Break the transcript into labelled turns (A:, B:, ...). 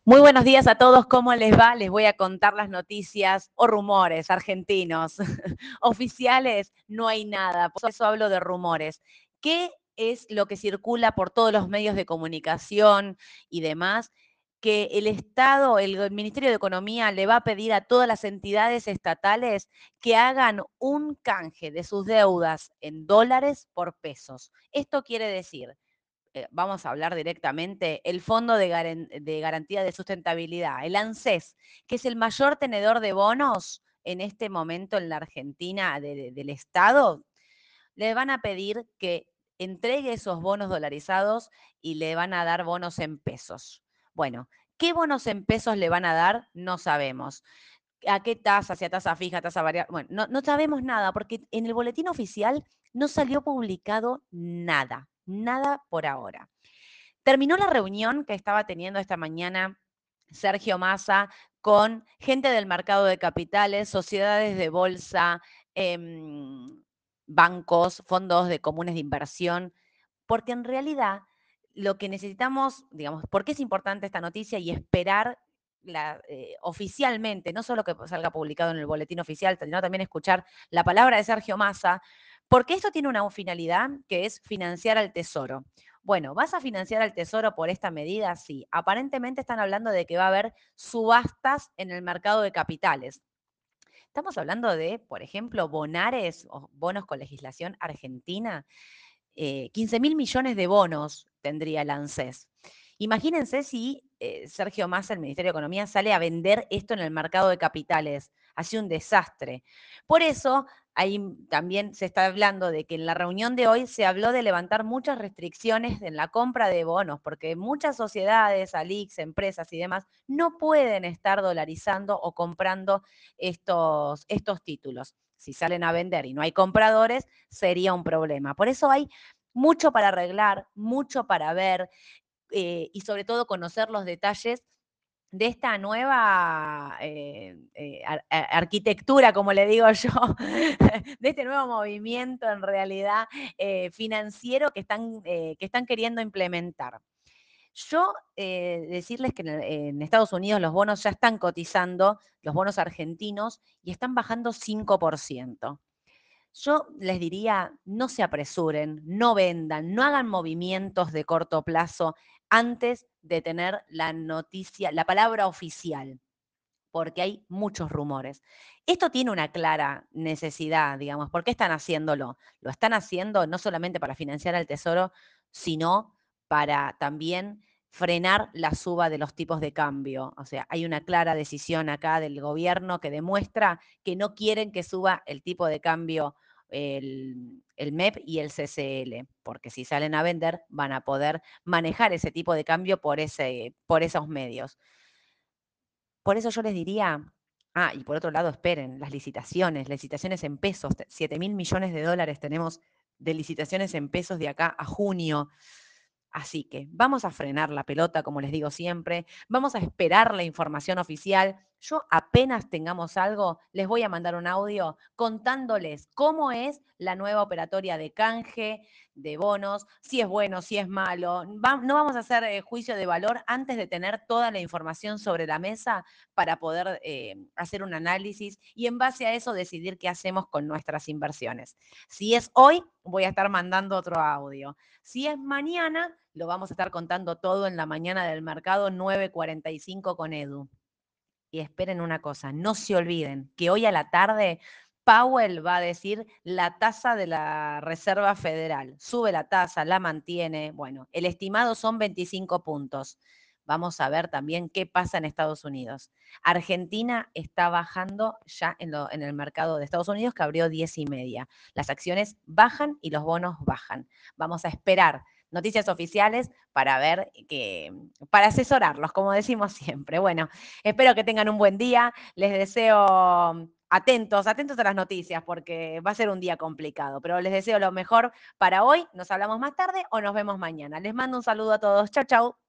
A: Muy buenos días a todos, ¿cómo les va? Les voy a contar las noticias o rumores argentinos. Oficiales no hay nada, por eso hablo de rumores. ¿Qué es lo que circula por todos los medios de comunicación y demás? Que el Estado, el Ministerio de Economía le va a pedir a todas las entidades estatales que hagan un canje de sus deudas en dólares por pesos. Esto quiere decir vamos a hablar directamente, el Fondo de Garantía de Sustentabilidad, el ANSES, que es el mayor tenedor de bonos en este momento en la Argentina del Estado, le van a pedir que entregue esos bonos dolarizados y le van a dar bonos en pesos. Bueno, ¿qué bonos en pesos le van a dar? No sabemos. ¿A qué tasa? Si a tasa fija, tasa variable. Bueno, no sabemos nada porque en el boletín oficial no salió publicado nada, nada por ahora. Terminó la reunión que estaba teniendo esta mañana Sergio Massa con gente del mercado de capitales, sociedades de bolsa, bancos, fondos de comunes de inversión, porque en realidad lo que necesitamos, digamos, ¿por qué es importante esta noticia y esperar oficialmente, no solo que salga publicado en el boletín oficial, sino también escuchar la palabra de Sergio Massa, porque esto tiene una finalidad que es financiar al Tesoro. Bueno, ¿vas a financiar al Tesoro por esta medida? Sí. Aparentemente están hablando de que va a haber subastas en el mercado de capitales. Estamos hablando de, por ejemplo, bonares o bonos con legislación argentina. 15.000 millones de bonos tendría el ANSES. Imagínense si Sergio Massa, el Ministerio de Economía, sale a vender esto en el mercado de capitales. Hace un desastre. Por eso, ahí también se está hablando de que en la reunión de hoy se habló de levantar muchas restricciones en la compra de bonos, porque muchas sociedades, ALICs, empresas y demás, no pueden estar dolarizando o comprando estos títulos. Si salen a vender y no hay compradores, sería un problema. Por eso hay mucho para arreglar, mucho para ver y sobre todo conocer los detalles de esta nueva arquitectura, como le digo yo, de este nuevo movimiento en realidad financiero que están queriendo implementar. Yo decirles que en Estados Unidos los bonos ya están cotizando, los bonos argentinos, y están bajando 5%. Yo les diría, no se apresuren, no vendan, no hagan movimientos de corto plazo antes de tener la noticia, la palabra oficial, porque hay muchos rumores. Esto tiene una clara necesidad, digamos. ¿Por qué están haciéndolo? Lo están haciendo no solamente para financiar al Tesoro, sino para también frenar la suba de los tipos de cambio. O sea, hay una clara decisión acá del gobierno que demuestra que no quieren que suba el tipo de cambio el MEP y el CCL, porque si salen a vender van a poder manejar ese tipo de cambio por esos medios. Por eso yo les diría, y por otro lado, esperen, las licitaciones en pesos, 7.000 millones de dólares tenemos de licitaciones en pesos de acá a junio. Así que vamos a frenar la pelota, como les digo siempre, vamos a esperar la información oficial. Yo apenas tengamos algo, les voy a mandar un audio contándoles cómo es la nueva operatoria de canje, de bonos, si es bueno, si es malo. No vamos a hacer juicio de valor antes de tener toda la información sobre la mesa para poder hacer un análisis y en base a eso decidir qué hacemos con nuestras inversiones. Si es hoy, voy a estar mandando otro audio. Si es mañana, lo vamos a estar contando todo en la mañana del mercado 9:45 con Edu. Y esperen una cosa, no se olviden que hoy a la tarde Powell va a decir la tasa de la Reserva Federal. Sube la tasa, la mantiene. Bueno, el estimado son 25 puntos. Vamos a ver también qué pasa en Estados Unidos. Argentina está bajando ya en el mercado de Estados Unidos, que abrió 10:30. Las acciones bajan y los bonos bajan. Vamos a esperar noticias oficiales para ver para asesorarlos, como decimos siempre. Bueno, espero que tengan un buen día. Les deseo atentos a las noticias, porque va a ser un día complicado, pero les deseo lo mejor para hoy. Nos hablamos más tarde o nos vemos mañana. Les mando un saludo a todos. Chau, chau.